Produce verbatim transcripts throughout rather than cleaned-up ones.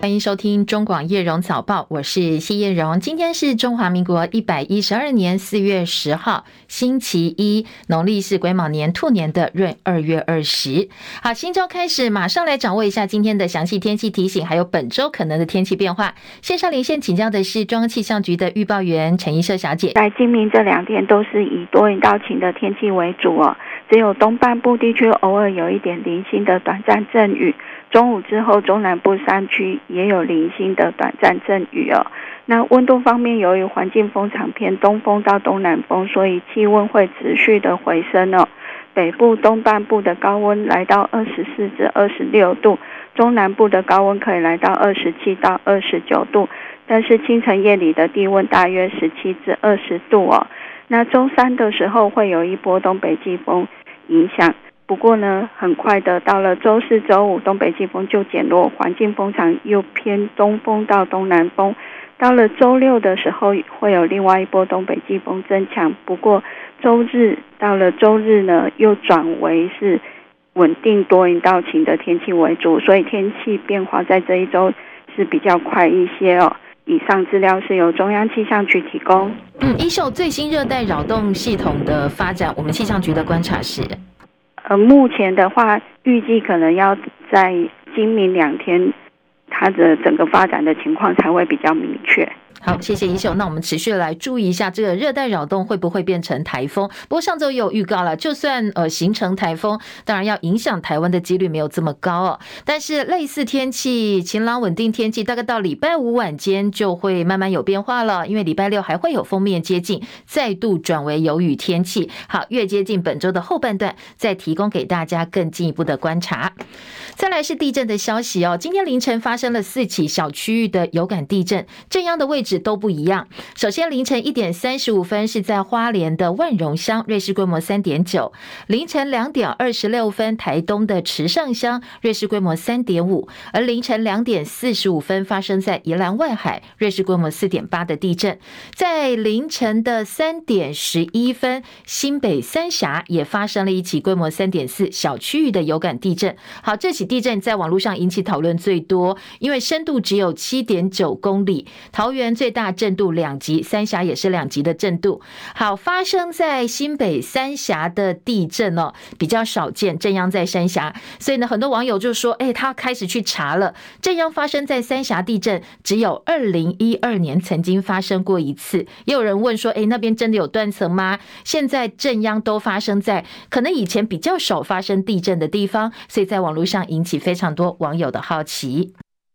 欢迎收听中广叶荣早报，我是谢叶荣。今天是中华民国一百一十二年四月十号，星期一，农历是癸卯年兔年的闰二月二十。好，新周开始，马上来掌握一下今天的详细天气提醒，还有本周可能的天气变化。线上连线请教的是中央气象局的预报员陈怡社小姐。 在今明这两天都是以多云到晴的天气为主哦，只有东半部地区偶尔有一点零星的短暂阵雨。中午之后，中南部山区也有零星的短暂阵雨哦。那温度方面，由于环境风场偏东风到东南风，所以气温会持续的回升哦。北部东半部的高温来到二十四至二十六度，中南部的高温可以来到二十七到二十九度，但是清晨夜里的低温大约十七至二十度哦。那周三的时候会有一波东北季风影响。不过呢，很快的到了周四周五，东北季风就减弱，环境风场又偏东风到东南风。到了周六的时候会有另外一波东北季风增强，不过周日到了周日呢，又转为是稳定多云到晴的天气为主，所以天气变化在这一周是比较快一些哦。以上资料是由中央气象局提供。 嗯，依照最新热带扰动系统的发展，我们气象局的观察是呃，目前的话，预计可能要在今明两天，它的整个发展的情况才会比较明确。 好，谢谢怡秀。那我们持续来注意一下这个热带扰动会不会变成台风。不过上周也有预告了，就算呃形成台风，当然要影响台湾的几率没有这么高哦。但是类似天气，晴朗稳定天气，大概到礼拜五晚间就会慢慢有变化了，因为礼拜六还会有锋面接近，再度转为有雨天气。好，越接近本周的后半段，再提供给大家更进一步的观察。再来是地震的消息哦，今天凌晨发生了四起小区域的有感地震，震央的位置都不一样。首先凌晨一点三十五分是在花莲的万荣乡，瑞士规模 三点九， 凌晨两点二十六分台东的池上乡，瑞士规模 三点五， 而凌晨两点四十五分发生在宜兰外海，瑞士规模 四点八 的地震。在凌晨的三点十一分，新北三峡也发生了一起规模 三点四 小区域的有感地震。好，这起地震在网络上引起讨论最多，因为深度只有 七点九公里，桃园最大震度两级，三峡也是两级的震度。好，发生在新北三峡的地震哦，比较少见，震央在三峡，所以呢，很多网友就说，哎，他开始去查了，震央发生在三峡地震，只有二零一二年曾经发生过一次。也有人问说，哎，那边真的有断层吗？现在震央都发生在可能以前比较少发生地震的地方，所以在网络上引起非常多网友的好奇。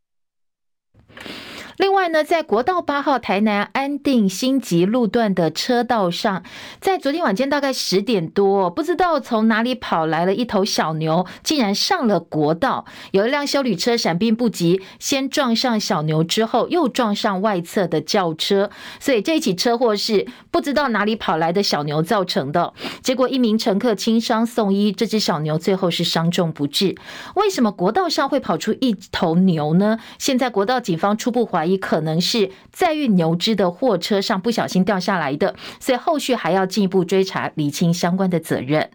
另外呢，在国道八号台南安定新集路段的车道上，在昨天晚间大概十点多，不知道从哪里跑来了一头小牛，竟然上了国道。有一辆休旅车闪避不及，先撞上小牛之后又撞上外侧的轿车，所以这一起车祸是不知道哪里跑来的小牛造成的。结果一名乘客轻伤送医，这只小牛最后是伤重不治。为什么国道上会跑出一头牛呢？现在国道警方初步怀疑可能是载运牛只的货车上不小心掉下来的，所以后续还要进一步追查，厘清相关的责任。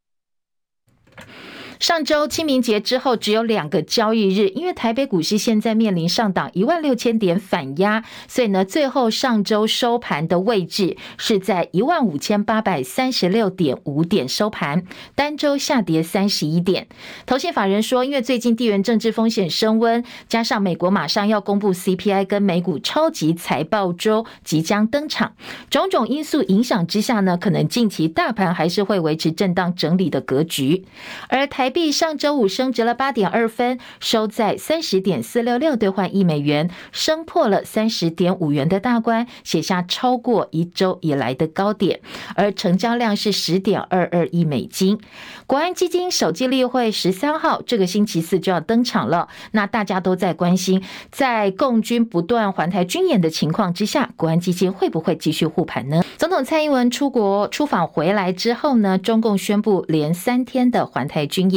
上周清明节之后只有两个交易日，因为台北股市现在面临上档一万六千点反压，所以呢，最后上周收盘的位置是在一万五千八百三十六点五点收盘，单周下跌三十一点。投信法人说，因为最近地缘政治风险升温，加上美国马上要公布 C P I 跟美股超级财报周即将登场，种种因素影响之下呢，可能近期大盘还是会维持震荡整理的格局。而台币上周五升值了 八点二分，收在 三十点四六六 兑换一美元，升破了 三十点五元的大关，写下超过一周以来的高点，而成交量是 十点二二亿美金。国安基金首季例会十三号这个星期四就要登场了，那大家都在关心，在共军不断环台军演的情况之下，国安基金会不会继续护盘呢？总统蔡英文出国出访回来之后呢，中共宣布连三天的环台军演，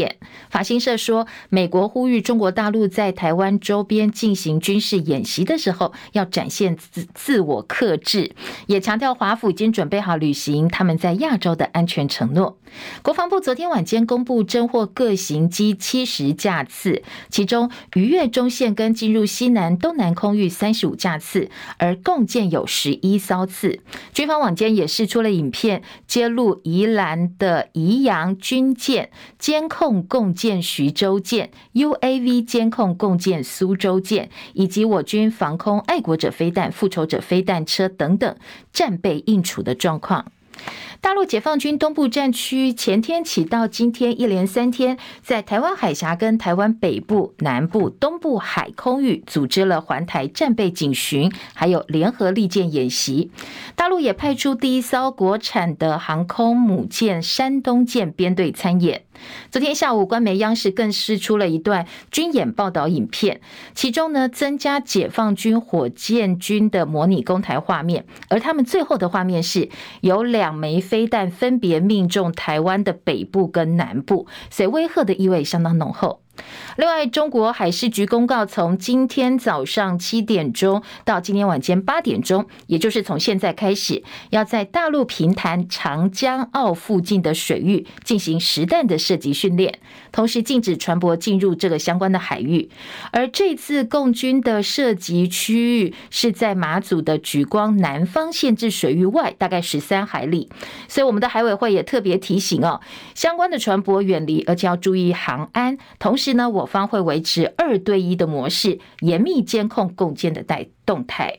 演。法新社说，美国呼吁中国大陆在台湾周边进行军事演习的时候，要展现自自我克制，也强调华府已经准备好履行他们在亚洲的安全承诺。国防部昨天晚间公布侦获各型机七十架次，其中逾越中线跟进入西南、东南空域三十五架次，而共建有十一艘次。军方网间也释出了影片，揭露宜兰的宜阳军舰监控共建徐州舰、U A V 监控共建苏州舰，以及我军防空爱国者飞弹、复仇者飞弹车等等战备应处的状况。大陆解放军东部战区前天起到今天一连三天，在台湾海峡跟台湾北部、南部、东部海空域组织了环台战备警巡，还有联合利剑演习。大陆也派出第一艘国产的航空母舰山东舰编队参演。昨天下午，官媒央视更释出了一段军演报道影片，其中呢增加解放军火箭军的模拟攻台画面，而他们最后的画面是有两枚飞弹分别命中台湾的北部跟南部，所以威吓的意味相当浓厚。另外，中国海事局公告，从今天早上七点钟到今天晚间八点钟，也就是从现在开始，要在大陆平潭长江澳附近的水域进行实弹的射击训练，同时禁止船舶进入这个相关的海域。而这次共军的射击区域是在马祖的莒光南方限制水域外大概十三海里，所以我们的海委会也特别提醒哦，相关的船舶远离，而且要注意航安，同时呢，我方会维持二对一的模式，严密监控共建的动态。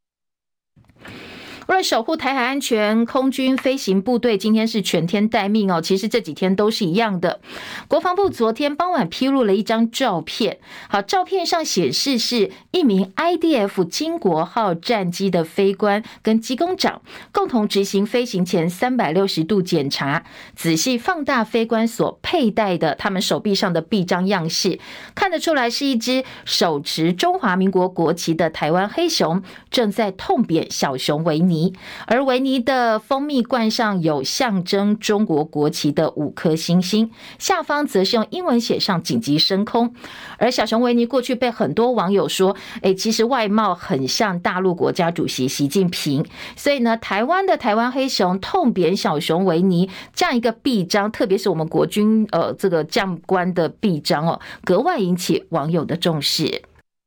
为了守护台海安全，空军飞行部队今天是全天待命哦。其实这几天都是一样的。国防部昨天傍晚披露了一张照片，好，照片上显示是一名 I D F 经国号战机的飞官跟机工长共同执行飞行前三百六十度检查，仔细放大飞官所佩戴的他们手臂上的臂章样式，看得出来是一只手持中华民国国旗的台湾黑熊，正在痛扁小熊维尼。而维尼的封面冠上有象征中国国旗的五颗星星，下方则是用英文写上紧急升空。而小熊维尼过去被很多网友说，诶，其实外貌很像大陆国家主席习近平，所以呢，台湾的台湾黑熊痛扁小熊维尼这样一个臂章，特别是我们国军呃这个将官的臂章哦，格外引起网友的重视。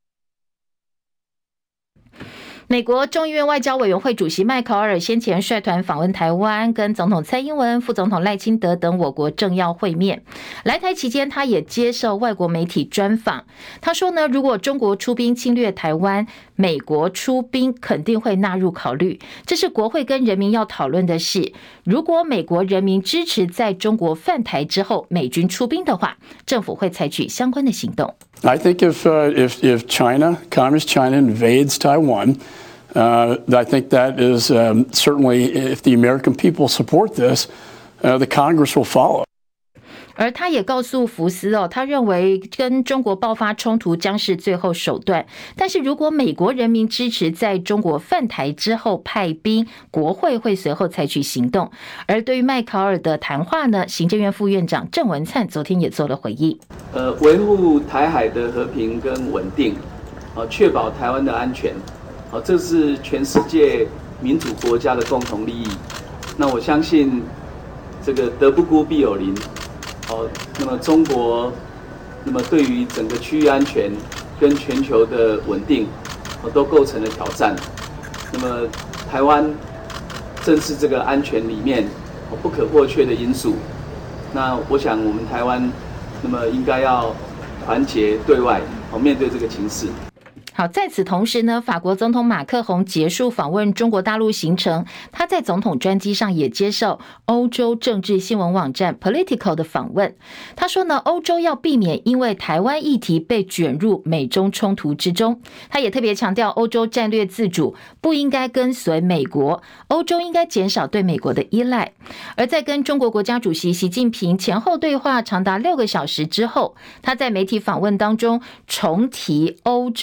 美国众议院外交委员会主席麦考尔先前率团访问台湾，跟总统蔡英文、副总统赖清德等我国政要会面。来台期间，他也接受外国媒体专访。他说呢，如果中国出兵侵略台湾，美国出兵肯定会纳入考虑，这是国会跟人民要讨论的事。如果美国人民支持在中国犯台之后美军出兵的话，政府会采取相关的行动。 I think if uh, if if China, Communist China, invades Taiwan, uh, I think that is um, certainly, if the American people support this, uh, the Congress will follow. 而他也告诉福斯哦，他认为跟中国爆发冲突将是最后手段，但是如果美国人民支持在中国犯台之后派兵，国会会随后采取行动。而对于麦考尔的谈话呢，行政院副院长郑文灿昨天也做了回应。 呃，维护台海的和平跟稳定，呃，确保台湾的安全，呃，这是全世界民主国家的共同利益。那我相信，这个德不孤必有邻。哦，那么中国，那么对于整个区域安全跟全球的稳定，哦，都构成了挑战。那么台湾正是这个安全里面哦不可或缺的因素。那我想我们台湾，那么应该要团结对外，哦，面对这个情势。 好，在此同时呢，法国总统马克宏结束访问中国大陆行程，他在总统专机上也接受欧洲政治新闻网站 Politico 的访问。他说呢，欧洲要避免因为台湾议题被卷入美中冲突之中。他也特别强调，欧洲战略自主不应该跟随美国，欧洲应该减少对美国的依赖。而在跟中国国家主席习近平前后对话长达六个小时之后，他在媒体访问当中重提欧洲战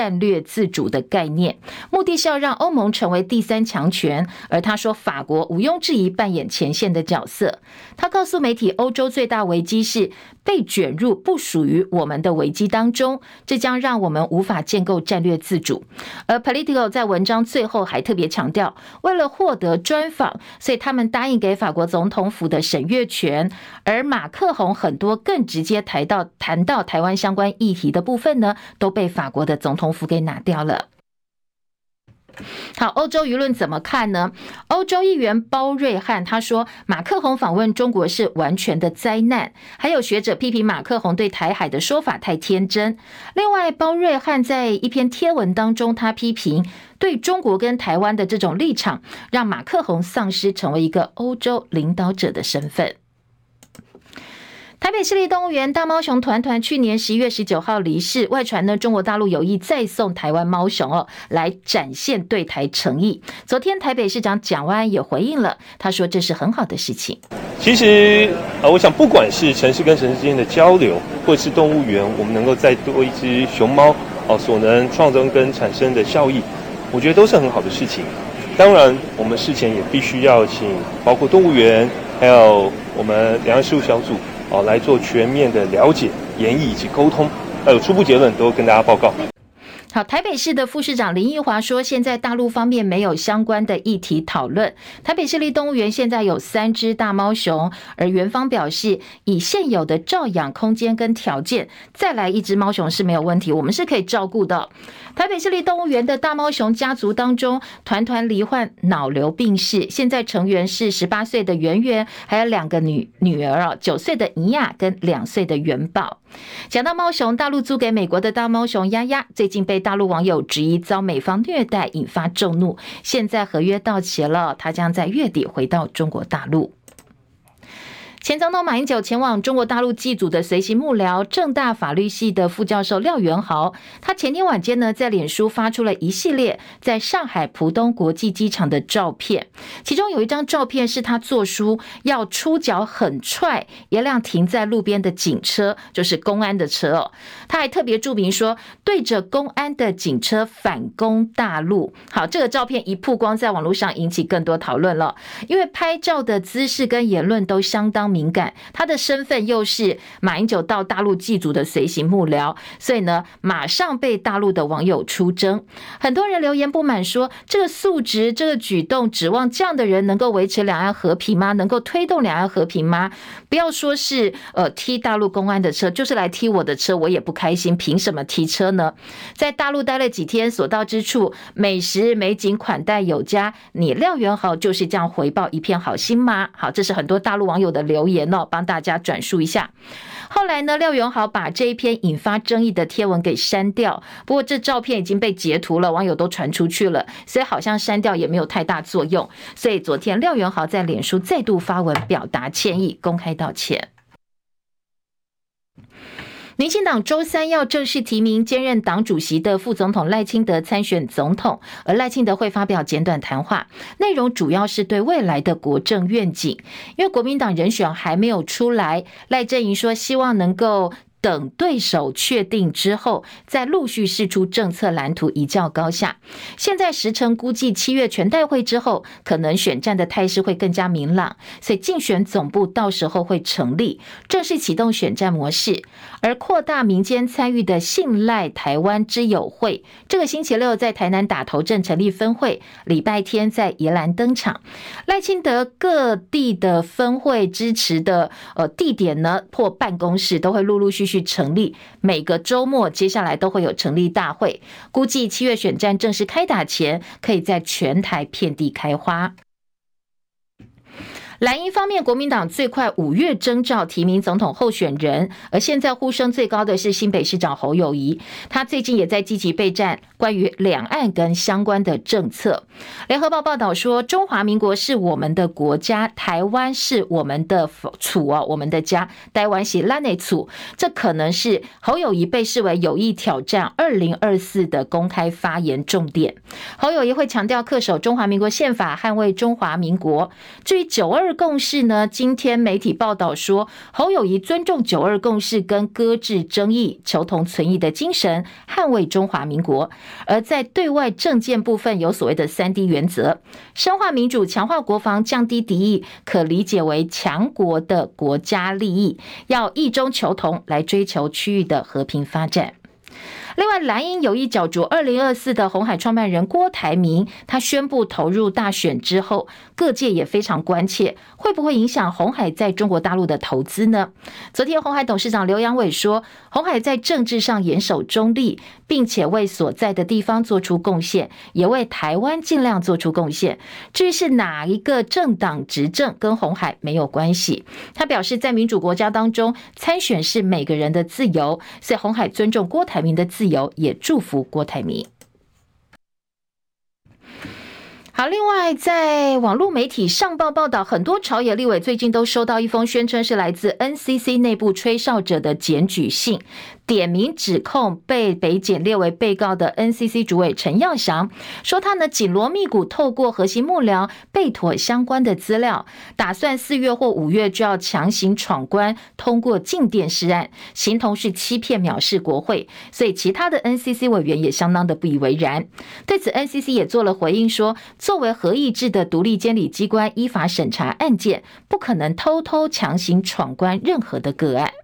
战略自主的概念，目的是要让欧盟成为第三强权，而他说法国毋庸置疑扮演前线的角色。他告诉媒体，欧洲最大危机是被卷入不属于我们的危机当中，这将让我们无法建构战略自主。而 Politico 在文章最后还特别强调，为了获得专访，所以他们答应给法国总统府的审阅权，而马克宏很多更直接谈到谈到台湾相关议题的部分呢，都被法国的总统府给拿掉了。好，欧洲舆论怎么看呢？欧洲议员包瑞汉他说，马克宏访问中国是完全的灾难，还有学者批评马克宏对台海的说法太天真。另外，包瑞汉在一篇贴文当中，他批评对中国跟台湾的这种立场，让马克宏丧失成为一个欧洲领导者的身份。台北市立动物园大猫熊团团去年十一月十九号离世，外传呢中国大陆有意再送台湾猫熊哦，来展现对台诚意。昨天台北市长蒋万安也回应了，他说这是很好的事情。 其实呃，我想不管是城市跟城市之间的交流，或是动物园我们能够再多一只熊猫哦，所能创造跟产生的效益，我觉得都是很好的事情。当然，我们事前也必须要请包括动物园，还有我们两岸事务小组。哦，来做全面的了解、研议以及沟通，还有初步结论都跟大家报告。 好，台北市的副市长林奕华说，现在大陆方面没有相关的议题讨论。台北市立动物园现在有三只大猫熊，而园方表示，以现有的照养空间跟条件，再来一只猫熊是没有问题，我们是可以照顾的。台北市立动物园的大猫熊家族当中，团团罹患脑瘤病逝，现在成员是十八岁的圆圆，还有两个女女儿啊，九岁的怡亚跟两岁的元宝。讲到猫熊，大陆租给美国的大猫熊丫丫，最近被大陆网友质疑遭美方虐待，引发众怒。现在合约到期了，他将在月底回到中国大陆。前总统马英九前往中国大陆祭祖的随行幕僚，政大法律系的副教授廖元豪，他前天晚间呢在脸书发出了一系列在上海浦东国际机场的照片，其中有一张照片是他作书要出脚很踹一辆停在路边的警车，就是公安的车哦。他还特别注明说，对着公安的警车反攻大陆。好，这个照片一曝光，在网络上引起更多讨论了，因为拍照的姿势跟言论都相当敏感，他的身份又是马英九到大陆祭祖的随行幕僚，所以呢，马上被大陆的网友出征。很多人留言不满说，这个素质、这个举动，指望这样的人能够维持两岸和平吗？能够推动两岸和平吗？不要说是呃踢大陆公安的车，就是来踢我的车，我也不开心。凭什么踢车呢？在大陆待了几天，所到之处美食美景款待有加，你廖元豪就是这样回报一片好心吗？好，这是很多大陆网友的留言哦，帮大家转述一下。后来呢，廖元豪把这一篇引发争议的贴文给删掉，不过这照片已经被截图了，网友都传出去了，所以好像删掉也没有太大作用。所以昨天廖元豪在脸书再度发文表达歉意，公开道歉。民进党周三要正式提名兼任党主席的副总统赖清德参选总统，而赖清德会发表简短谈话，内容主要是对未来的国政愿景。因为国民党人选还没有出来，赖阵营说希望能够等对手确定之后，再陆续释出政策蓝图，一较高下。现在时程估计七月全代会之后，可能选战的态势会更加明朗，所以竞选总部到时候会成立，正式启动选战模式。而扩大民间参与的信赖台湾之友会，这个星期六在台南打头镇成立分会，礼拜天在宜兰登场。赖清德各地的分会支持的呃地点呢或办公室都会陆陆续续成立，每个周末接下来都会有成立大会，估计七月选战正式开打前，可以在全台遍地开花。蓝营方面，国民党最快五月征召提名总统候选人，而现在呼声最高的是新北市长侯友宜，他最近也在积极备战关于两岸跟相关的政策。联合报报道说，中华民国是我们的国家，台湾是我们的厝啊，我们的家，台湾是咱的厝，这可能是侯友宜被视为有意挑战二零二四的公开发言重点。侯友宜会强调恪守中华民国宪法，捍卫中华民国。至于九二二共识呢，今天媒体报道说，侯友宜尊重九二共识跟搁置争议、求同存异的精神，捍卫中华民国。而在对外政见部分有所谓的三 D 原则，深化民主、强化国防、降低敌意，可理解为强国的国家利益，要异中求同来追求区域的和平发展。另外，蓝营有意角逐二零二四的鸿海创办人郭台铭，他宣布投入大选之后，各界也非常关切，会不会影响鸿海在中国大陆的投资呢？昨天鸿海董事长刘扬伟说，鸿海在政治上严守中立，并且为所在的地方做出贡献，也为台湾尽量做出贡献。至于是哪一个政党执政，跟鸿海没有关系。他表示，在民主国家当中，参选是每个人的自由，所以鸿海尊重郭台铭的自由，也祝福郭台铭。好，另外在网络媒体上报报道，很多朝野立委最近都收到一封宣称是来自 N C C 内部吹哨者的检举信，点名指控被北检列为被告的 N C C 主委陈耀祥，说他呢紧锣密鼓透过核心幕僚备妥相关的资料，打算四月或五月就要强行闯关通过禁电视案，形同是欺骗藐视国会，所以其他的 N C C 委员也相当的不以为然。对此 N C C 也做了回应说，作为合议制的独立监理机关，依法审查案件，不可能偷偷强行闯关任何的个案。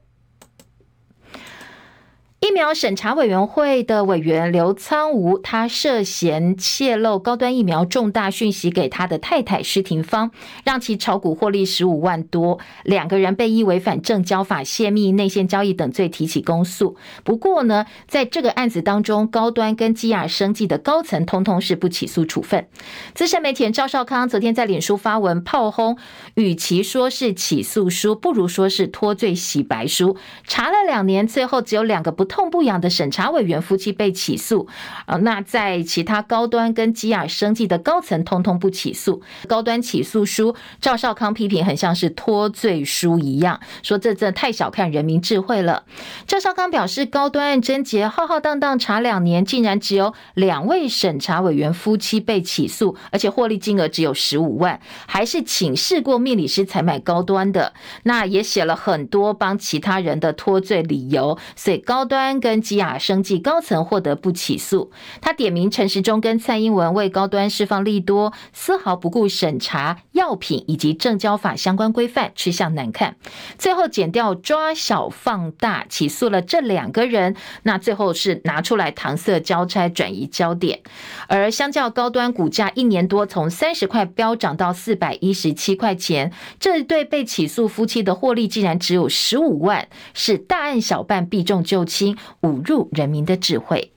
疫苗审查委员会的委员刘苍梧，他涉嫌泄露高端疫苗重大讯息给他的太太施廷芳，让其炒股获利十五万多，两个人被依违反证交法、泄密、内线交易等罪提起公诉。不过呢，在这个案子当中，高端跟基亚生技的高层通通是不起诉处分。资深媒体人赵少康昨天在脸书发文炮轰，与其说是起诉书，不如说是脱罪洗白书。查了两年，最后只有两个不痛不痒的审查委员夫妻被起诉，呃，那在其他高端跟基亚生技的高层通通不起诉。高端起诉书，赵少康批评很像是脱罪书一样，说这真的太小看人民智慧了。赵少康表示，高端案侦结浩浩荡荡查两年，竟然只有两位审查委员夫妻被起诉，而且获利金额只有十五万，还是请示过命理师才买高端的。那也写了很多帮其他人的脱罪理由，所以高端跟基亚生技高层获得不起诉。他点名陈时中跟蔡英文为高端释放利多，丝毫不顾审查药品以及证交法相关规范，吃相难看。最后检调抓小放大，起诉了这两个人，那最后是拿出来搪塞交差，转移焦点。而相较高端股价一年多从三十块飙涨到四百一十七块钱，这对被起诉夫妻的获利竟然只有十五万，是大案小办，避重就轻，侮辱人民的智慧。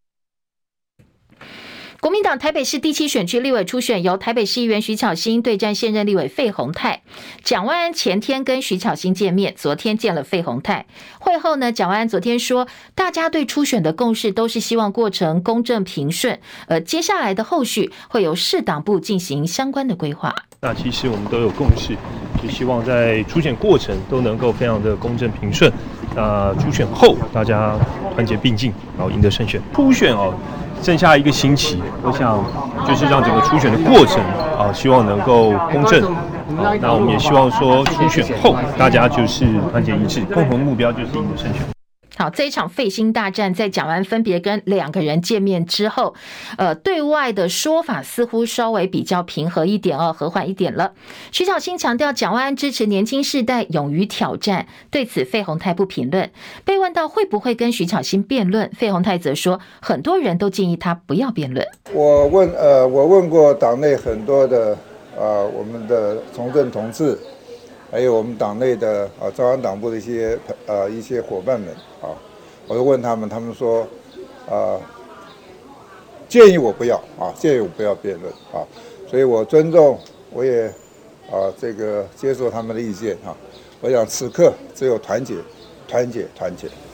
国民党台北市第七选区立委初选，由台北市议员徐巧芯对战现任立委费鸿泰。蒋万安前天跟徐巧芯见面，昨天见了费鸿泰。会后呢，蒋万安昨天说，大家对初选的共识都是希望过程公正平顺，而接下来的后续会由市党部进行相关的规划。 那其实我们都有共识，就希望在初选过程都能够非常的公正平顺。那初选后大家团结并进，然后赢得胜选。初选哦，剩下一个星期，我想就是让整个初选的过程啊，希望能够公正。啊，那我们也希望说初选后大家就是团结一致，共同目标就是赢得胜选。 好，这一场费心大战在蒋万安分别跟两个人见面之后，呃，对外的说法似乎稍微比较平和一点哦，和缓一点了。徐巧芯强调，蒋万安支持年轻世代勇于挑战，对此费鸿泰不评论。被问到会不会跟徐巧芯辩论，费鸿泰则说，很多人都建议他不要辩论。 我问呃，我问过党内很多的呃我们的从政同志。还有我们党内的啊，中央党部的一些呃一些伙伴们啊，我就问他们，他们说，啊，建议我不要啊，建议我不要辩论啊，所以我尊重，我也啊这个接受他们的意见啊。我想此刻只有团结，团结，团结。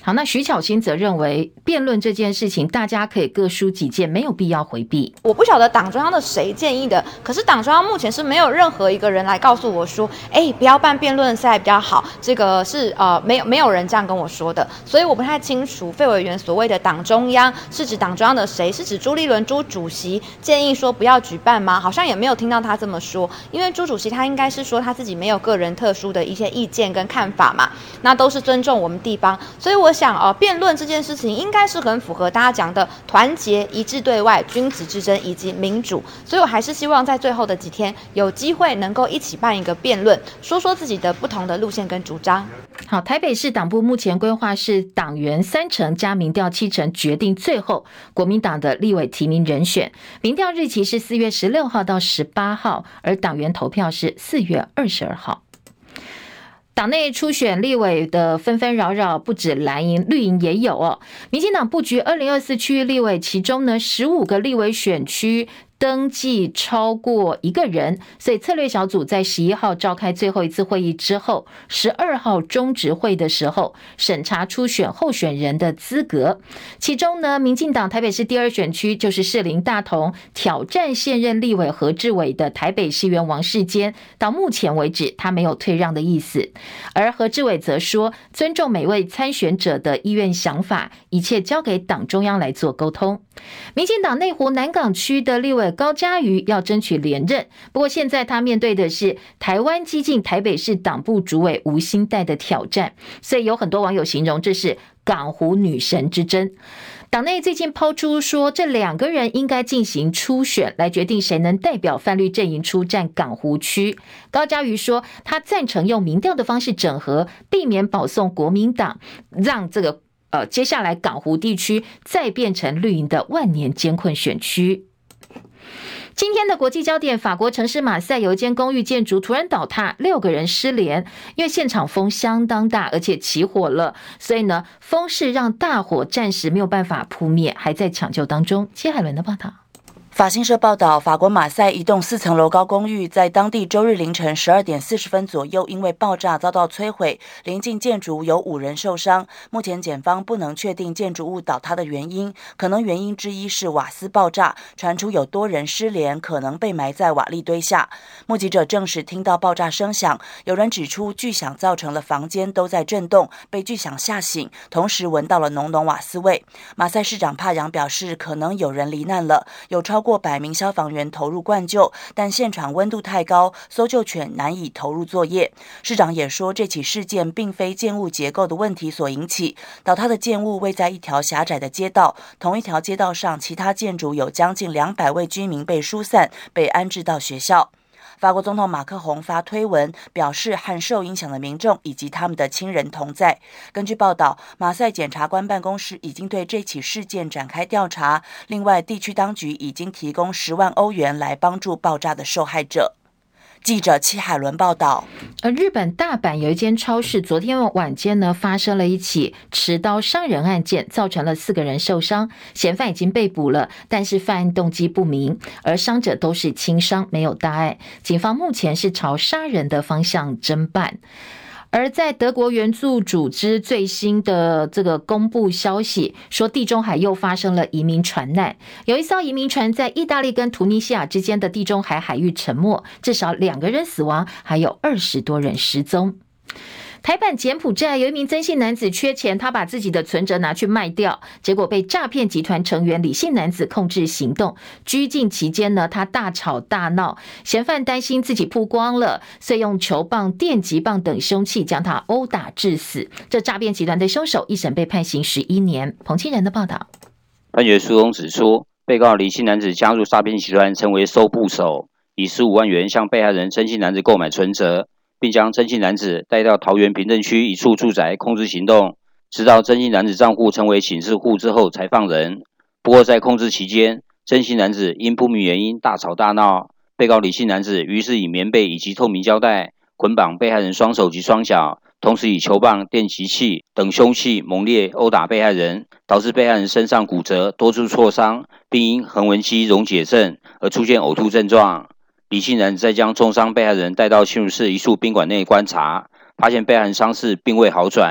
好，那徐巧芯则认为辩论这件事情大家可以各抒己见，没有必要回避。 我不晓得党中央的谁建议的，可是党中央目前是没有任何一个人来告诉我说，哎，不要办辩论赛比较好，这个是呃没有没有人这样跟我说的，所以我不太清楚费委员所谓的党中央是指党中央的谁，是指朱立伦朱主席建议说不要举办吗？好像也没有听到他这么说，因为朱主席他应该是说他自己没有个人特殊的一些意见跟看法嘛，那都是尊重我们地方，所以我想呃辩论这件事情应该是很符合大家讲的团结一致对外、君子之争以及民主，所以我还是希望在最后的几天有机会能够一起办一个辩论，说说自己的不同的路线跟主张。 好，台北市党部目前规划是党员三成加民调七成决定最后国民党的立委提名人选，民调日期是四月十六号到十八号，而党员投票是四月二十二号。党内初选立委的纷纷扰扰不止蓝营，绿营也有哦。民进党布局二零二四区域立委，其中呢十五个立委选区登记超过一个人，所以策略小组在十一号召开最后一次会议之后，十二号中执会的时候审查初选候选人的资格。其中呢，民进党台北市第二选区就是士林大同挑战现任立委何志伟的台北市议员王世坚，到目前为止他没有退让的意思。而何志伟则说，尊重每位参选者的意愿想法，一切交给党中央来做沟通。民进党内湖南港区的立委高嘉瑜要争取连任，不过现在他面对的是台湾基进台北市党部主委吴欣岱的挑战，所以有很多网友形容这是港湖女神之争。党内最近抛出说，这两个人应该进行初选，来决定谁能代表泛绿阵营出战港湖区。高嘉瑜说，他赞成用民调的方式整合，避免保送国民党，让这个呃接下来港湖地区再变成绿营的万年艰困选区。今天的国际焦点，法国城市马赛有一间公寓建筑突然倒塌，六个人失联，因为现场风相当大，而且起火了，所以呢，风势让大火暂时没有办法扑灭，还在抢救当中。戚海伦的报道。 法新社报道，法国马赛一栋四层楼高公寓在当地周日凌晨十二点四十分左右因为爆炸遭到摧毁，邻近建筑有五人受伤。目前检方不能确定建筑物倒塌的原因，可能原因之一是瓦斯爆炸，传出有多人失联，可能被埋在瓦砾堆下。目击者证实听到爆炸声响，有人指出巨响造成了房间都在震动，被巨响吓醒，同时闻到了浓浓瓦斯味。马赛市长帕扬表示，可能有人罹难了，有超过过百名消防员投入灌救，但现场温度太高，搜救犬难以投入作业。市长也说，这起事件并非建物结构的问题所引起，倒塌的建物位在一条狭窄的街道，同一条街道上其他建筑有将近两百位居民被疏散，被安置到学校。法国总统马克宏发推文表示，和受影响的民众以及他们的亲人同在。根据报道，马赛检察官办公室已经对这起事件展开调查，另外地区当局已经提供十万欧元来帮助爆炸的受害者。记者戚海伦报道。 而日本大阪有一间超市，昨天晚间呢发生了一起持刀伤人案件，造成了四个人受伤，嫌犯已经被捕了，但是犯案动机不明，而伤者都是轻伤，没有大碍。警方目前是朝杀人的方向侦办。而在德国援助组织最新的这个公布消息说，地中海又发生了移民船难，有一艘移民船在意大利跟突尼西亚之间的地中海海域沉没，至少两个人死亡，还有二十多人失踪。台版柬埔寨有一名曾姓男子缺钱，他把自己的存折拿去卖掉，结果被诈骗集团成员李姓男子控制行动。拘禁期间呢，他大吵大闹，嫌犯担心自己曝光了，所以用球棒、电击棒等凶器将他殴打致死。这诈骗集团的凶手一审被判刑十一年。彭清仁的报道。 判决书中指出，被告李姓男子加入诈骗集团，成为收部手，以十五万元向被害人曾姓男子购买存折，并将曾姓男子带到桃园平镇区一处住宅控制行动，直到曾姓男子账户成为刑事户之后才放人。不过在控制期间，曾姓男子因不明原因大吵大闹，被告李姓男子于是以棉被以及透明胶带捆绑被害人双手及双脚，同时以球棒、电击器等凶器猛烈殴打被害人，导致被害人身上骨折、多处挫伤，并因横纹肌溶解症而出现呕吐症状。李姓男再将重伤被害人带到新竹市一处宾馆内观察，发现被害人伤势并未好转，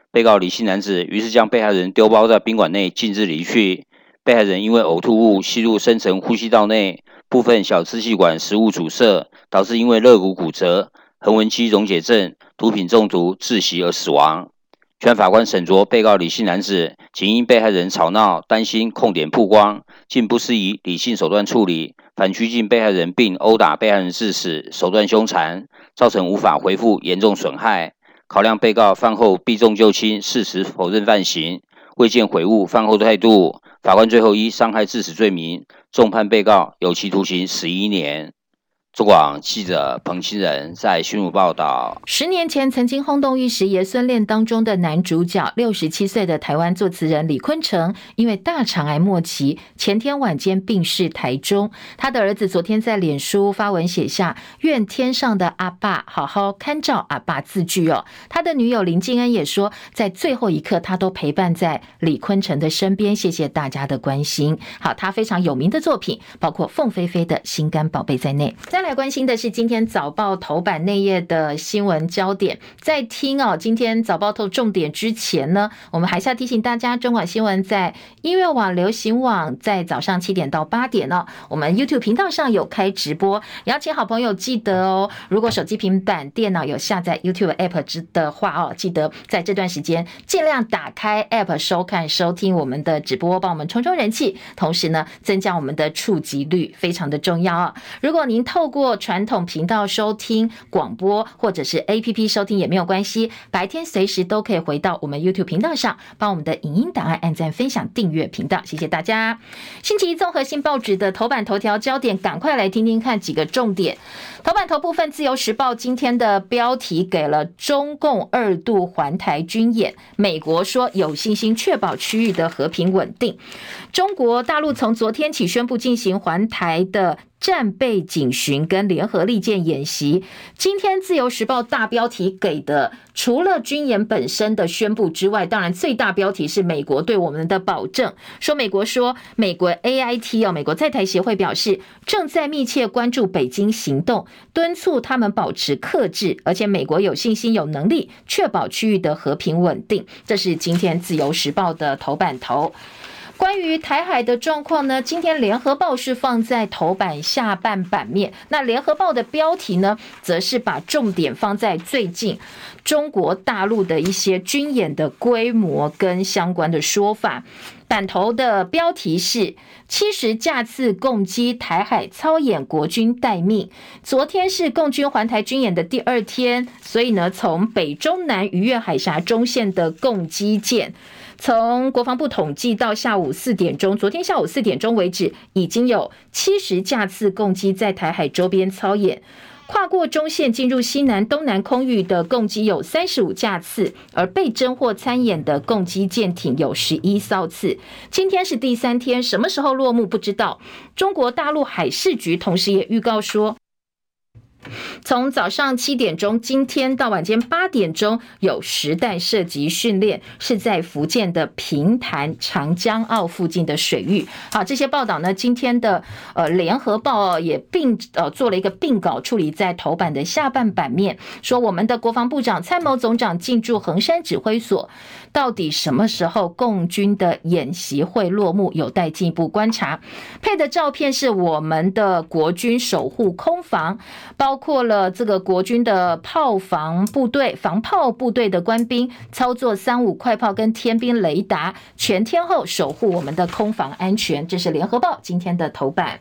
被告李姓男子于是将被害人丢包在宾馆内禁止离去。被害人因为呕吐物吸入深层呼吸道内，部分小支气管食物阻塞，导致因为肋骨骨折、横纹肌溶解症、毒品中毒窒息而死亡。全法官审酌被告李姓男子，仅因被害人吵闹，担心控点曝光，竟不施以理性手段处理，反拘禁被害人并殴打被害人致死，手段凶残，造成无法恢复严重损害。考量被告犯后避重就轻，誓词否认犯行，未见悔悟犯后态度，法官最后依伤害致死罪名，重判被告有期徒刑十一年。中广记者彭清仁在新竹报道。 十年前曾经轰动一时爷孙恋当中的男主角，六十七岁的台湾作词人李坤城，因为大肠癌末期，前天晚间病逝台中。他的儿子昨天在脸书发文写下愿天上的阿爸好好看照阿爸字句哦。他的女友林静恩也说，在最后一刻他都陪伴在李坤城的身边，谢谢大家的关心。好，他非常有名的作品包括凤飞飞的心肝宝贝在内。再来关心的是今天早报头版内页的新闻焦点。在听哦今天早报头重点之前呢，我们还是要提醒大家，中广新闻在音乐网、流行网在早上七点到八点哦，我们 YouTube 频道上有开直播，邀请好朋友记得哦，如果手机、平板、电脑有下载 YouTube App 的话哦，记得在这段时间尽量打开 App 收看收听我们的直播，帮我们冲冲人气，同时呢增加我们的触及率，非常的重要哦。如果您透过传统频道收听广播或者是 A P P 收听也没有关系，白天随时都可以回到我们 YouTube 频道上，帮我们的影音档案按赞、分享、订阅频道，谢谢大家。星期一综合性报纸的头版头条焦点，赶快来听听看几个重点。头版头部分，自由时报今天的标题给了中共二度环台军演，美国说有信心确保区域的和平稳定。中国大陆从昨天起宣布进行环台的战备警巡跟联合利剑演习。今天自由时报大标题给的除了军演本身的宣布之外，当然最大标题是美国对我们的保证，说美国说美国 A I T 哦，美国在台协会表示正在密切关注北京行动，敦促他们保持克制，而且美国有信心有能力确保区域的和平稳定。这是今天自由时报的头版头。关于台海的状况呢，今天联合报是放在头版下半版面，那联合报的标题呢，则是把重点放在最近中国大陆的一些军演的规模跟相关的说法。版头的标题是七十架次共机台海操演，国军待命。昨天是共军环台军演的第二天，所以呢，从北中南逾越海峡中线的共机舰，从国防部统计到下午四点钟，昨天下午四点钟为止，已经有七十架次共机在台海周边操演。跨过中线进入西南、东南空域的共机有三十五架次，而被侦获参演的共机舰艇有十一艘次。今天是第三天，什么时候落幕不知道。中国大陆海事局同时也预告说，从早上七点钟今天到晚间八点钟有实弹射击训练，是在福建的平潭长江澳附近的水域。好，这些报道呢，今天的呃联合报也并呃做了一个并稿处理在头版的下半版面，说我们的国防部长参谋总长进驻衡山指挥所，到底什么时候共军的演习会落幕，有待进一步观察。配的照片是我们的国军守护空防，包括了这个国军的炮防部队、防炮部队的官兵操作三五快炮跟天兵雷达，全天候守护我们的空防安全。这是联合报今天的头版。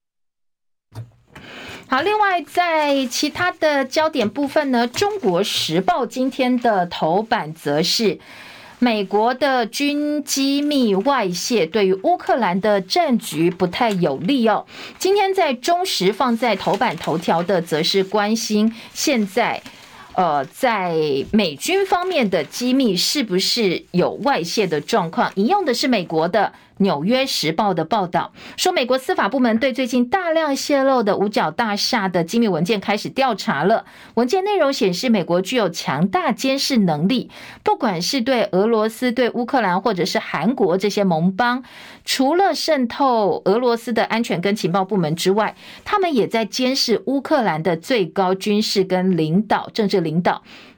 好，另外在其他的焦点部分呢，中国时报今天的头版则是美国的军机密外泄对于乌克兰的战局不太有利哦。今天在中时放在头版头条的则是关心现在呃，在美军方面的机密是不是有外泄的状况，引用的是美国的纽约时报的报道，说美国司法部门对最近大量泄露的五角大厦的机密文件开始调查了。文件内容显示，美国具有强大监视能力，不管是对俄罗斯、对乌克兰或者是韩国这些盟邦，除了渗透俄罗斯的安全跟情报部门之外，他们也在监视乌克兰的最高军事跟领导、政治领导。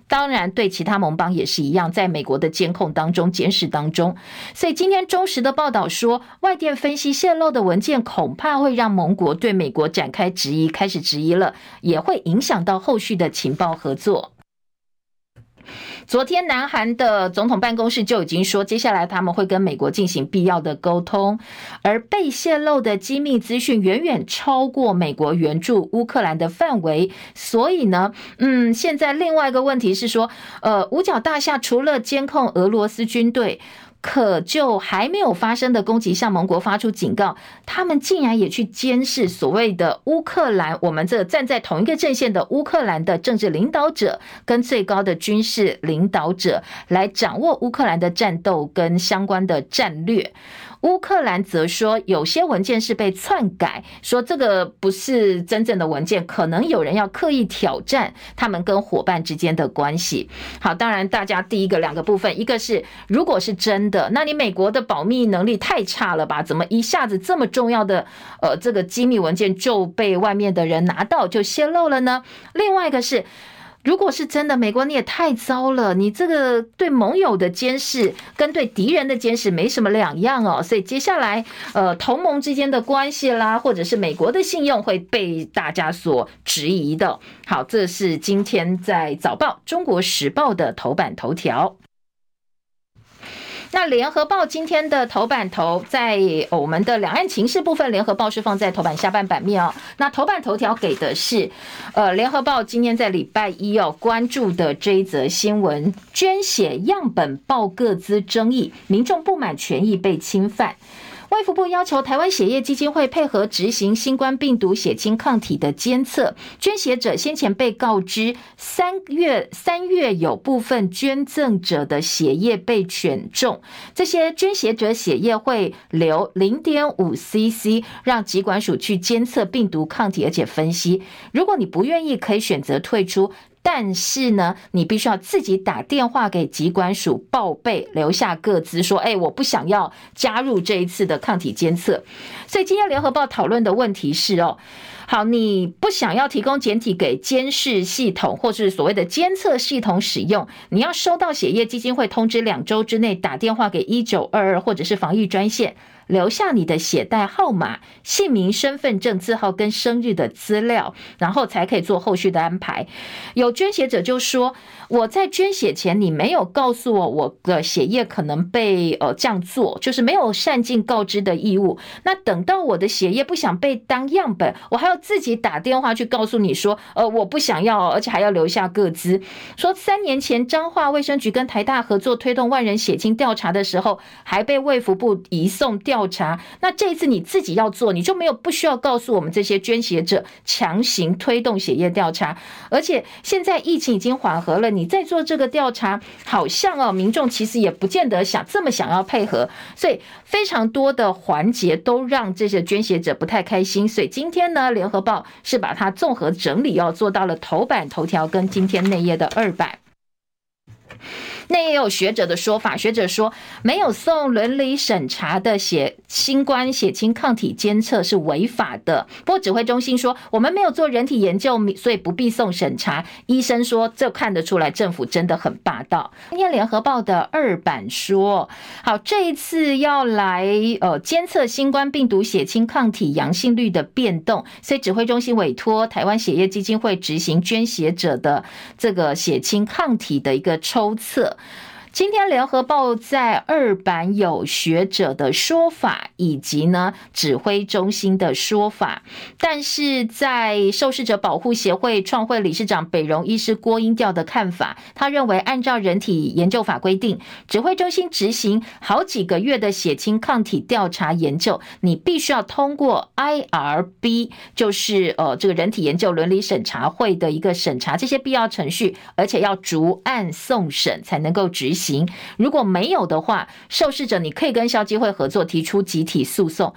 当然对其他盟邦也是一样，在美国的监控当中、监视当中。所以今天中时的报道说，外电分析泄露的文件恐怕会让盟国对美国展开质疑，开始质疑了，也会影响到后续的情报合作。昨天南韩的总统办公室就已经说，接下来他们会跟美国进行必要的沟通，而被泄露的机密资讯远远超过美国援助乌克兰的范围，所以呢，嗯，现在另外一个问题是说，呃，五角大厦除了监控俄罗斯军队，可就还没有发生的攻击向盟国发出警告，他们竟然也去监视所谓的乌克兰，我们这站在同一个阵线的乌克兰的政治领导者跟最高的军事领导者，来掌握乌克兰的战斗跟相关的战略。乌克兰则说有些文件是被篡改，说这个不是真正的文件，可能有人要刻意挑战他们跟伙伴之间的关系。好，当然大家第一个两个部分，一个是如果是真的，那你美国的保密能力太差了吧，怎么一下子这么重要的呃这个机密文件就被外面的人拿到就泄露了呢？另外一个是，如果是真的，美国你也太糟了，你这个对盟友的监视跟对敌人的监视没什么两样哦，所以接下来呃同盟之间的关系啦，或者是美国的信用会被大家所质疑的。好，这是今天在早报中国时报的头版头条。那联合报今天的头版头，在我们的两岸情势部分，联合报是放在头版下半版面哦。那头版头条给的是，呃，联合报今天在礼拜一哦关注的这一则新闻：捐血样本报个资争议，民众不满权益被侵犯。卫福部要求台湾血液基金会配合执行新冠病毒血清抗体的监测，捐血者先前被告知三月三月有部分捐赠者的血液被选中，这些捐血者血液会留 零点五 C C， 让疾管署去监测病毒抗体而且分析。如果你不愿意，可以选择退出。但是呢，你必须要自己打电话给疾管署报备，留下个资，说，哎，我不想要加入这一次的抗体监测。所以今天联合报讨论的问题是哦，好，你不想要提供检体给监视系统或是所谓的监测系统使用，你要收到血液基金会通知两周之内打电话给一九二二或者是防疫专线，留下你的血袋号码、姓名、身份证字号跟生日的资料，然后才可以做后续的安排。有捐血者就说，我在捐血前你没有告诉我我的血液可能被呃这样做，就是没有善尽告知的义务。那等到我的血液不想被当样本，我还要自己打电话去告诉你说，呃我不想要，而且还要留下个资。说三年前彰化卫生局跟台大合作推动万人血清调查的时候，还被卫福部移送调调查，那这一次你自己要做，你就没有不需要告诉我们这些捐血者强行推动血液调查，而且现在疫情已经缓和了，你再做这个调查，好像哦，民众其实也不见得想这么想要配合，所以非常多的环节都让这些捐血者不太开心。所以今天呢，联合报是把它综合整理哦，做到了头版头条跟今天内页的二版。那也有学者的说法，学者说没有送伦理审查的血新冠血清抗体监测是违法的。不过指挥中心说我们没有做人体研究，所以不必送审查。医生说这看得出来政府真的很霸道。今天联合报的二版说，好，这一次要来呃监测新冠病毒血清抗体阳性率的变动，所以指挥中心委托台湾血液基金会执行捐血者的这个血清抗体的一个抽测。今天联合报在二版有学者的说法，以及呢指挥中心的说法，但是在受试者保护协会创会理事长北荣医师郭英调的看法，他认为按照人体研究法规定，指挥中心执行好几个月的血清抗体调查研究，你必须要通过 I R B， 就是呃这个人体研究伦理审查会的一个审查这些必要程序，而且要逐案送审才能够执行。如果没有的话，受试者你可以跟消基会合作提出集体诉讼。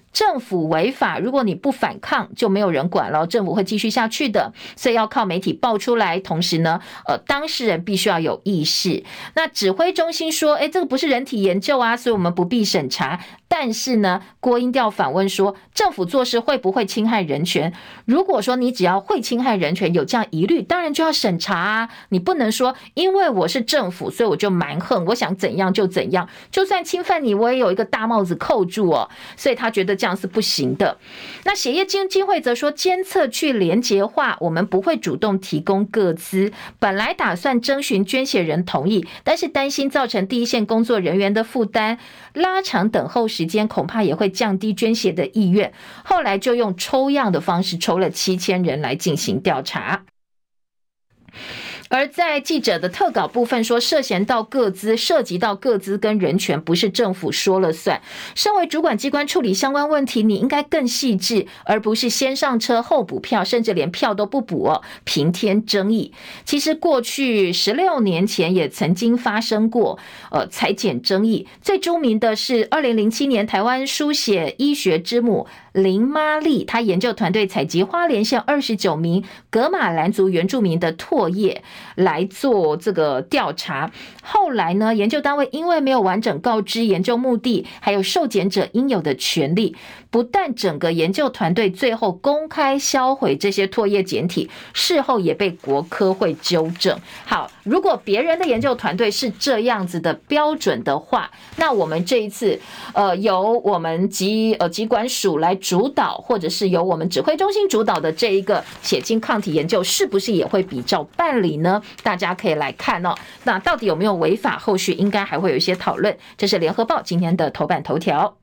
政府违法，如果你不反抗，就没有人管了，政府会继续下去的。所以要靠媒体爆出来，同时呢，呃，当事人必须要有意识。那指挥中心说，哎，这个不是人体研究啊，所以我们不必审查。但是呢，郭英调反问说，政府做事会不会侵害人权？如果说你只要会侵害人权，有这样疑虑，当然就要审查啊。你不能说，因为我是政府，所以我就蛮横，我想怎样就怎样，就算侵犯你，我也有一个大帽子扣住哦。所以他觉得这样是不行的。那血液基金会则说，监测去连结化，我们不会主动提供个资，本来打算征询捐血人同意，但是担心造成第一线工作人员的负担，拉长等候时间，恐怕也会降低捐血的意愿。后来就用抽样的方式抽了七千人来进行调查。而在记者的特稿部分说，涉嫌到个资，涉及到个资跟人权，不是政府说了算。身为主管机关处理相关问题，你应该更细致，而不是先上车后补票，甚至连票都不补哦，平添争议。其实过去十六年前也曾经发生过呃裁减争议，最著名的是二零零七年台湾书写医学之母林妈丽，她研究团队采集花莲县二十九名噶玛兰族原住民的唾液来做这个调查。后来呢，研究单位因为没有完整告知研究目的，还有受检者应有的权利，不但整个研究团队最后公开销毁这些唾液检体，事后也被国科会纠正。好，如果别人的研究团队是这样子的标准的话，那我们这一次呃由我们疾呃疾管署来主导，或者是由我们指挥中心主导的这一个血清抗体研究，是不是也会比照办理呢？大家可以来看哦。那到底有没有违法？后续应该还会有一些讨论。这是联合报今天的头版头条。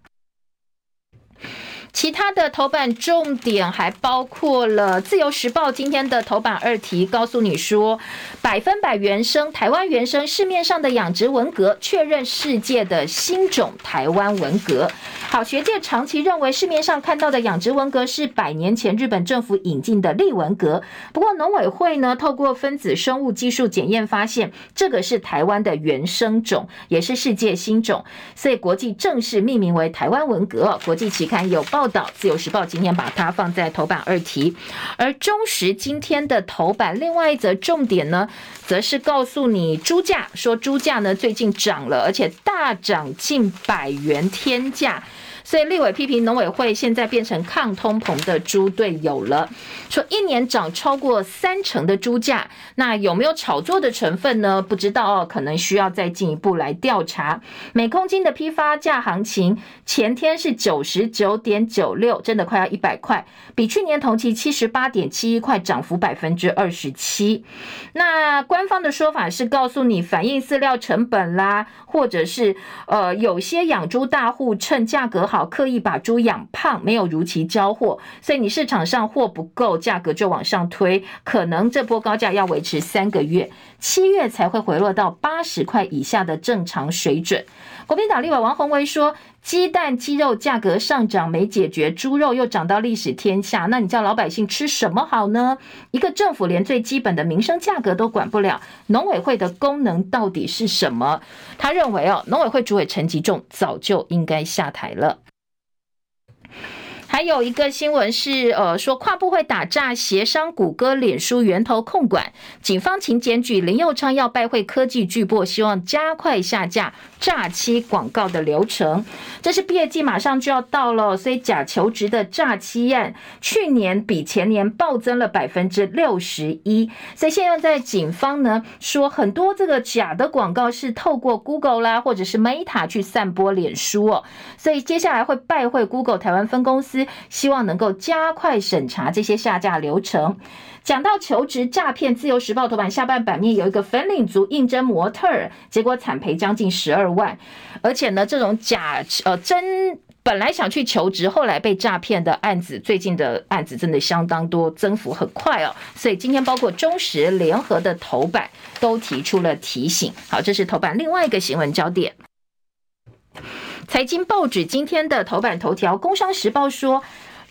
其他的头版重点还包括了自由时报今天的头版二题，告诉你说百分百原生，台湾原生市面上的养殖文蛤确认世界的新种台湾文蛤。好，学界长期认为市面上看到的养殖文蛤是百年前日本政府引进的利文蛤，不过农委会呢透过分子生物技术检验发现，这个是台湾的原生种，也是世界新种，所以国际正式命名为台湾文蛤。国际期刊有报道，自由时报今天把它放在头版二题。而中时今天的头版另外一则重点呢，则是告诉你猪价，说猪价呢最近涨了，而且大涨近百元天价。所以立委批评农委会现在变成抗通膨的猪队友了，说一年涨超过三成的猪价，那有没有炒作的成分呢？不知道哦，可能需要再进一步来调查。每公斤的批发价行情前天是 九十九点九六， 真的快要一百块，比去年同期 七十八点七一块，涨幅 百分之二十七。那官方的说法是告诉你反映饲料成本啦，或者是呃有些养猪大户趁价格好刻意把猪养胖，没有如期交货，所以你市场上货不够，价格就往上推，可能这波高价要维持三个月，七月才会回落到八十块以下的正常水准。国民党立委王宏维说，鸡蛋鸡肉价格上涨没解决，猪肉又涨到历史天下，那你叫老百姓吃什么好呢？一个政府连最基本的民生价格都管不了，农委会的功能到底是什么？他认为哦，农委会主委陈吉仲早就应该下台了。还有一个新闻是，呃，说跨部会打诈协商谷歌、脸书源头控管，警方请检举林右昌要拜会科技巨擘，希望加快下架诈欺广告的流程。这是毕业季马上就要到了，所以假求职的诈欺案去年比前年暴增了 百分之六十一， 所以现在在警方呢说，很多这个假的广告是透过 Google 啦或者是 Meta 去散播脸书哦，所以接下来会拜会 Google 台湾分公司，希望能够加快审查这些下架流程。讲到求职诈骗，自由时报头版下半版面有一个粉领族应征模特儿，结果惨赔将近十二万，而且呢，这种假呃真本来想去求职，后来被诈骗的案子，最近的案子真的相当多，增幅很快哦。所以今天包括中时、联合的头版都提出了提醒。好，这是头版另外一个新闻焦点。财经报纸今天的头版头条，工商时报说，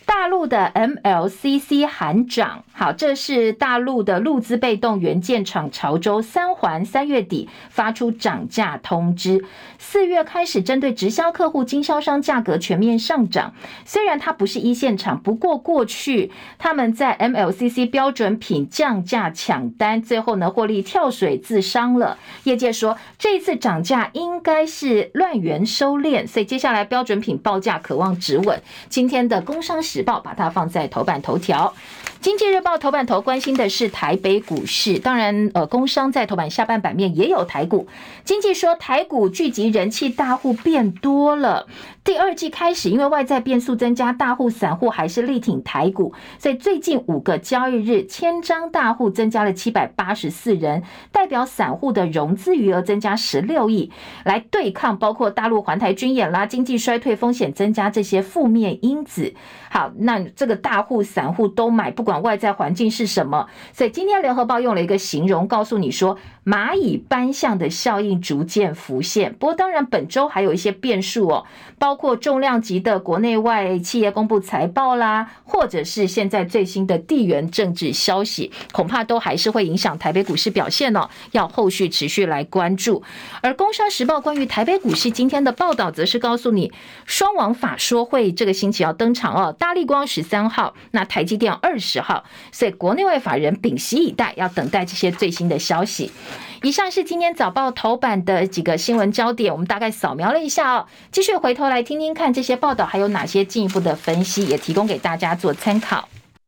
大陆的 M L C C 喊涨，好，这是大陆的陆资被动元件厂潮州三环三月底发出涨价通知，四月开始针对直销客户经销商价格全面上涨。虽然它不是一线厂，不过过去他们在 M L C C 标准品降价抢单，最后呢获利跳水自伤了。业界说这一次涨价应该是乱源收敛，所以接下来标准品报价可望止稳。今天的工商时报把它放在头版头条。经济日报头版头关心的是台北股市，当然呃，工商在头版下半版面也有台股。经济说台股聚集人气大户变多了，第二季开始因为外在变数增加，大户散户还是力挺台股，所以最近五个交易日千张大户增加了七百八十四人，代表散户的融资余额增加十六亿，来对抗包括大陆环台军演啦、经济衰退风险增加这些负面因子。好，那这个大户散户都买，不管外在环境是什么，所以今天联合报用了一个形容告诉你说，蚂蚁搬象的效应逐渐浮现。不过当然本周还有一些变数哦，包括重量级的国内外企业公布财报啦，或者是现在最新的地缘政治消息，恐怕都还是会影响台北股市表现哦，要后续持续来关注。而工商时报关于台北股市今天的报道则是告诉你，双王法说会这个星期要登场哦，大立光十三号，那台积电二十号，所以国内外法人屏息以待，要等待这些最新的消息。以上是今天早报头版的几个新闻焦点，我们大概扫描了一下哦，继续回头来听听看这些报道还有哪些进一步的分析，也提供给大家做参考。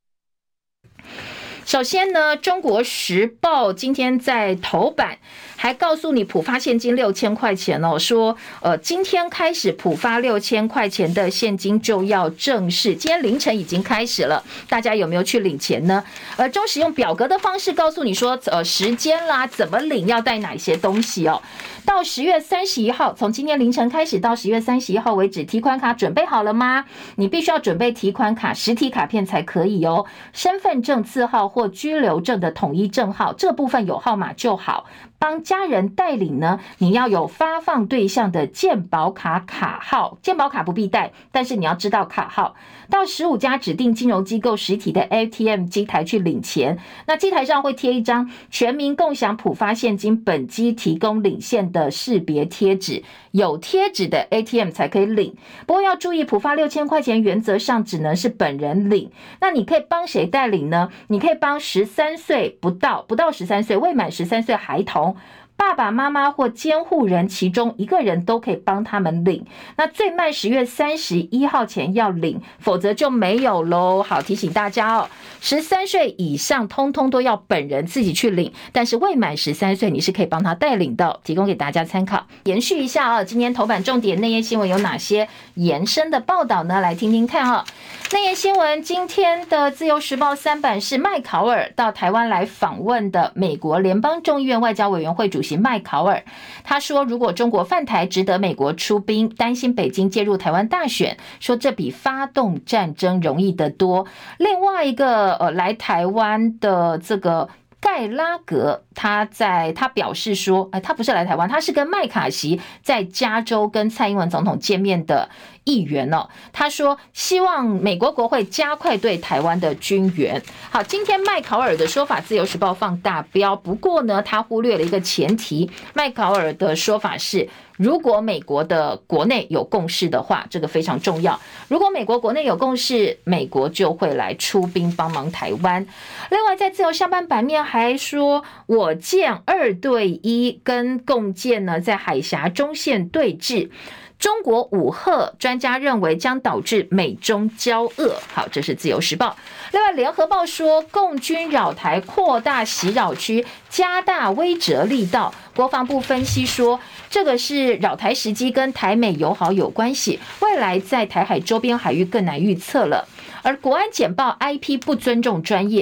首先呢，中国时报今天在头版还告诉你普发现金六千块钱哦，说呃今天开始普发六千块钱的现金就要正式，今天凌晨已经开始了，大家有没有去领钱呢？呃，中时用表格的方式告诉你说呃时间啦，怎么领，要带哪些东西哦。到十月三十一号，从今天凌晨开始到十月三十一号为止，提款卡准备好了吗？你必须要准备提款卡实体卡片才可以哦，身份证字号或居留证的统一证号，这部分有号码就好。帮家人代领呢，你要有发放对象的健保卡卡号，健保卡不必带，但是你要知道卡号。到十五家指定金融机构实体的 A T M 机台去领钱，那机台上会贴一张全民共享普发现金本机提供领现的识别贴纸，有贴纸的 A T M 才可以领。不过要注意，普发六千块钱原则上只能是本人领。那你可以帮谁代领呢？你可以帮十三岁不到不到十三岁未满十三岁孩童，爸爸妈妈或监护人其中一个人都可以帮他们领，那最慢十月三十一号前要领，否则就没有咯。好，提醒大家哦，十三岁以上通通都要本人自己去领，但是未满十三岁你是可以帮他代领的，提供给大家参考。延续一下哦，今天头版重点内页新闻有哪些延伸的报道呢？来听听看哦。内页新闻，今天的自由时报三版是麦考尔到台湾来访问的美国联邦众议院外交委员会主席麦考尔，他说如果中国犯台值得美国出兵，担心北京介入台湾大选，说这比发动战争容易得多。另外一个呃来台湾的这个盖拉格，他在他表示说，哎，他不是来台湾，他是跟麦卡锡在加州跟蔡英文总统见面的议员哦。他说希望美国国会加快对台湾的军援。好，今天麦考尔的说法，自由时报放大标，不过呢，他忽略了一个前提。麦考尔的说法是，如果美国的国内有共识的话，这个非常重要。如果美国国内有共识，美国就会来出兵帮忙台湾。另外，在自由下半版面还说，我舰二对一跟共建呢，在海峡中线对峙。中国武吓专家认为将导致美中交恶。好，这是自由时报。另外联合报说，共军扰台扩大袭扰区，加大威慑力道。国防部分析说，这个是扰台时机跟台美友好有关系，未来在台海周边海域更难预测了。而国安简报 I P 不尊重专业，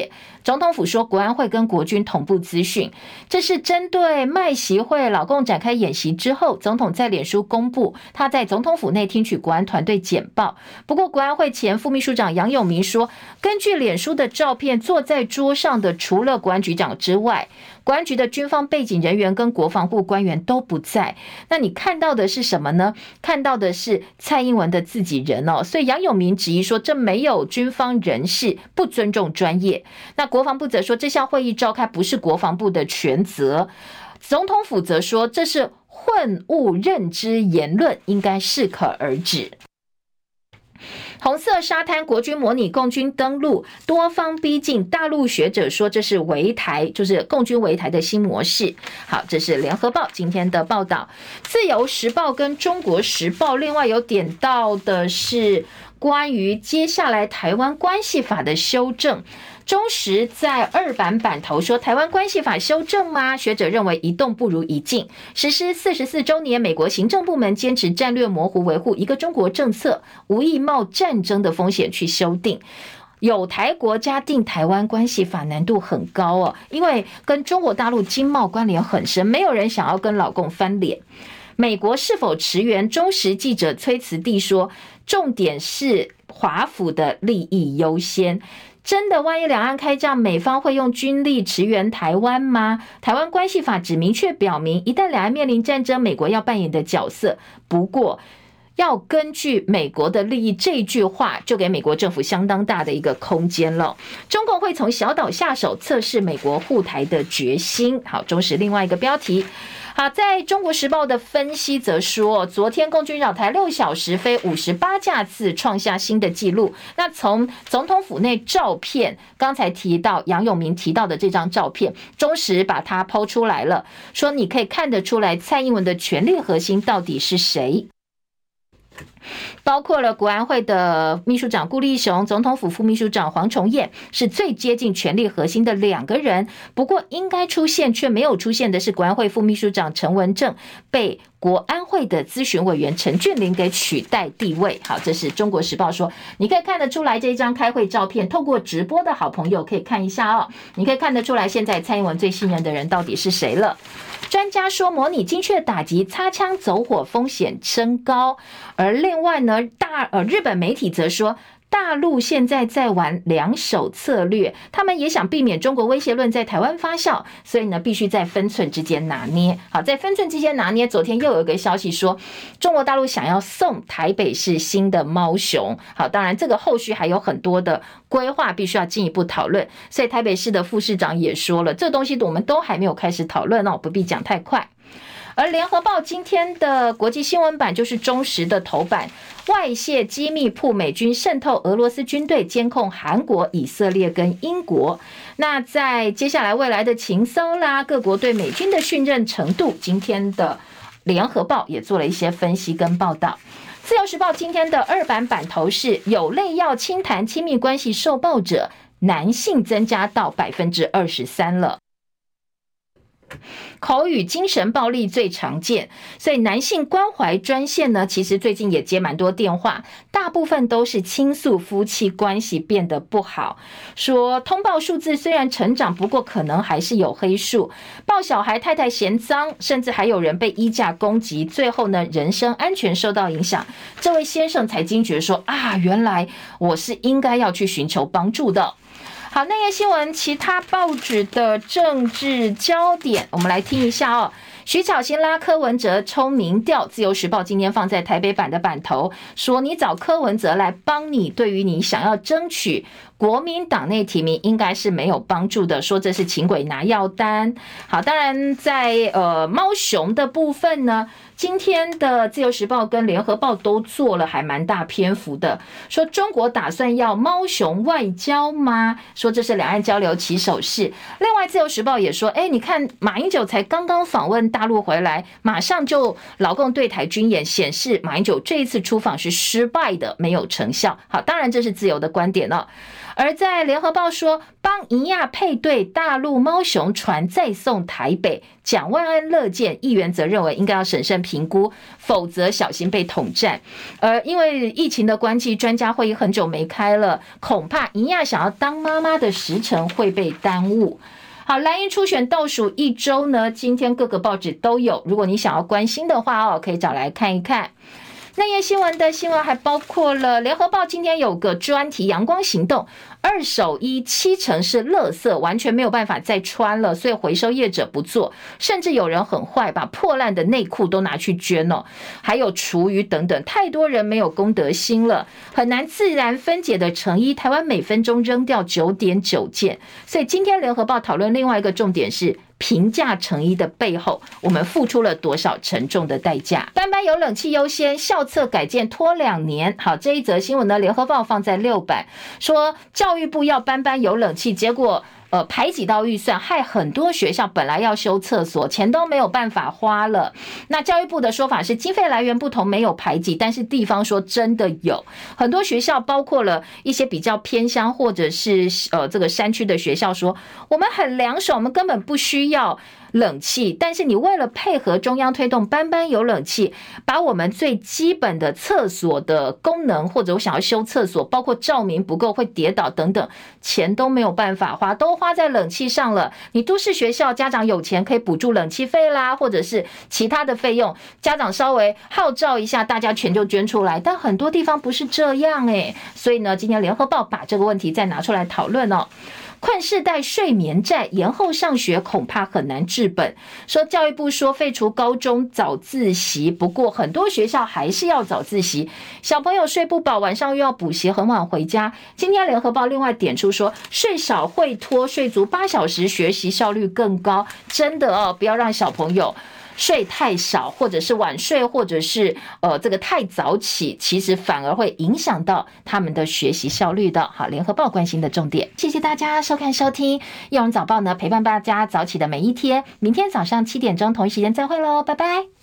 总统府说国安会跟国军同步资讯，这是针对麦习会老共展开演习之后，总统在脸书公布他在总统府内听取国安团队简报。不过国安会前副秘书长杨永明说，根据脸书的照片，坐在桌上的除了国安局长之外，国安局的军方背景人员跟国防部官员都不在。那你看到的是什么呢？看到的是蔡英文的自己人哦。所以杨永明质疑说，这没有军方人士，不尊重专业。那国防部则说，这项会议召开不是国防部的权责。总统府则说，这是混误认知言论，应该适可而止。红色沙滩国军模拟共军登陆，多方逼近，大陆学者说这是围台，就是共军围台的新模式。好，这是联合报今天的报道。自由时报跟中国时报另外有点到的是关于接下来台湾关系法的修正。中时在二版版头说，台湾关系法修正吗？学者认为一动不如一静。实施四十四周年，美国行政部门坚持战略模糊，维护一个中国政策，无意冒战争的风险去修订。有台国家定台湾关系法难度很高哦，因为跟中国大陆经贸关联很深，没有人想要跟老共翻脸。美国是否驰援？中时记者崔慈地说，重点是华府的利益优先。真的万一两岸开战，美方会用军力驰援台湾吗？台湾关系法只明确表明，一旦两岸面临战争，美国要扮演的角色。不过要根据美国的利益，这句话就给美国政府相当大的一个空间了。中共会从小岛下手，测试美国护台的决心。好，中时另外一个标题。好，在中国时报的分析则说，昨天共军扰台六小时飞五十八架次，创下新的纪录。那从总统府内照片，刚才提到杨永明提到的这张照片，中时把它抛出来了，说你可以看得出来蔡英文的权力核心到底是谁。包括了国安会的秘书长顾立雄，总统府副秘书长黄崇彦，是最接近权力核心的两个人。不过应该出现却没有出现的是国安会副秘书长陈文正，被国安会的咨询委员陈俊霖给取代地位。好，这是中国时报说，你可以看得出来这一张开会照片，透过直播的好朋友可以看一下哦，你可以看得出来现在蔡英文最信任的人到底是谁了。专家说，模拟精确打击，擦枪走火风险升高。而另外呢，大呃日本媒体则说，大陆现在在玩两手策略，他们也想避免中国威胁论在台湾发酵，所以呢，必须在分寸之间拿捏。好，在分寸之间拿捏，昨天又有一个消息说，中国大陆想要送台北市新的猫熊。好，当然这个后续还有很多的规划，必须要进一步讨论。所以台北市的副市长也说了，这东西我们都还没有开始讨论哦，不必讲太快。而联合报今天的国际新闻版就是中时的头版，外泄机密铺美军渗透俄罗斯军队，监控韩国、以色列跟英国。那在接下来未来的情搜啦，各国对美军的训练程度，今天的联合报也做了一些分析跟报道。自由时报今天的二版版头是有类要轻谈亲密关系受暴者，男性增加到百分之二十三了。口语精神暴力最常见，所以男性关怀专线呢，其实最近也接蛮多电话，大部分都是倾诉夫妻关系变得不好，说通报数字虽然成长，不过可能还是有黑数，抱小孩太太嫌脏，甚至还有人被衣架攻击，最后呢人身安全受到影响，这位先生才惊觉说啊，原来我是应该要去寻求帮助的。好，那页新闻其他报纸的政治焦点，我们来听一下哦。徐巧芯拉柯文哲冲民调，自由时报今天放在台北版的版头，说你找柯文哲来帮你，对于你想要争取国民党内提名应该是没有帮助的，说这是请鬼拿药单。好，当然在呃猫熊的部分呢，今天的自由时报跟联合报都做了还蛮大篇幅的，说中国打算要猫熊外交吗？说这是两岸交流起手式。另外自由时报也说，哎，你看马英九才刚刚访问大陆回来，马上就老共对台军演，显示马英九这一次出访是失败的，没有成效。好，当然这是自由的观点了。 而在联合报说，帮银亚配对大陆猫熊船再送台北，蒋万安乐见，议员则认为应该要审慎评估，否则小心被统战。而因为疫情的关系，专家会议很久没开了，恐怕银亚想要当妈妈的时程会被耽误。好，蓝营初选倒数一周呢，今天各个报纸都有，如果你想要关心的话哦，可以找来看一看。内页新闻的新闻还包括了联合报今天有个专题阳光行动，二手衣七成是垃圾，完全没有办法再穿了，所以回收业者不做，甚至有人很坏，把破烂的内裤都拿去捐哦，还有厨余等等，太多人没有公德心了，很难自然分解的成衣，台湾每分钟扔掉 九点九 件，所以今天联合报讨论另外一个重点是平价成衣的背后，我们付出了多少沉重的代价？班班有冷气优先，校册改建拖两年。好，这一则新闻呢，联合报放在六版，说教育部要班班有冷气，结果呃排挤到预算，害很多学校本来要修厕所，钱都没有办法花了。那教育部的说法是经费来源不同，没有排挤，但是地方说真的有很多学校，包括了一些比较偏乡或者是呃这个山区的学校说，我们很凉爽，我们根本不需要冷气，但是你为了配合中央推动班班有冷气，把我们最基本的厕所的功能，或者我想要修厕所，包括照明不够会跌倒等等，钱都没有办法花，都花在冷气上了。你都市学校家长有钱可以补助冷气费啦，或者是其他的费用，家长稍微号召一下，大家钱就捐出来，但很多地方不是这样诶。所以呢，今天联合报把这个问题再拿出来讨论哦。困世代睡眠债，延后上学恐怕很难治本。说教育部说废除高中早自习，不过很多学校还是要早自习，小朋友睡不饱，晚上又要补习，很晚回家。今天联合报另外点出说，睡少会拖，睡足八小时，学习效率更高。真的哦，不要让小朋友睡太少，或者是晚睡，或者是呃这个太早起，其实反而会影响到他们的学习效率的。好，联合报关心的重点，谢谢大家收看收听叶荣早报呢，陪伴大家早起的每一天。明天早上七点钟同一时间再会喽，拜拜。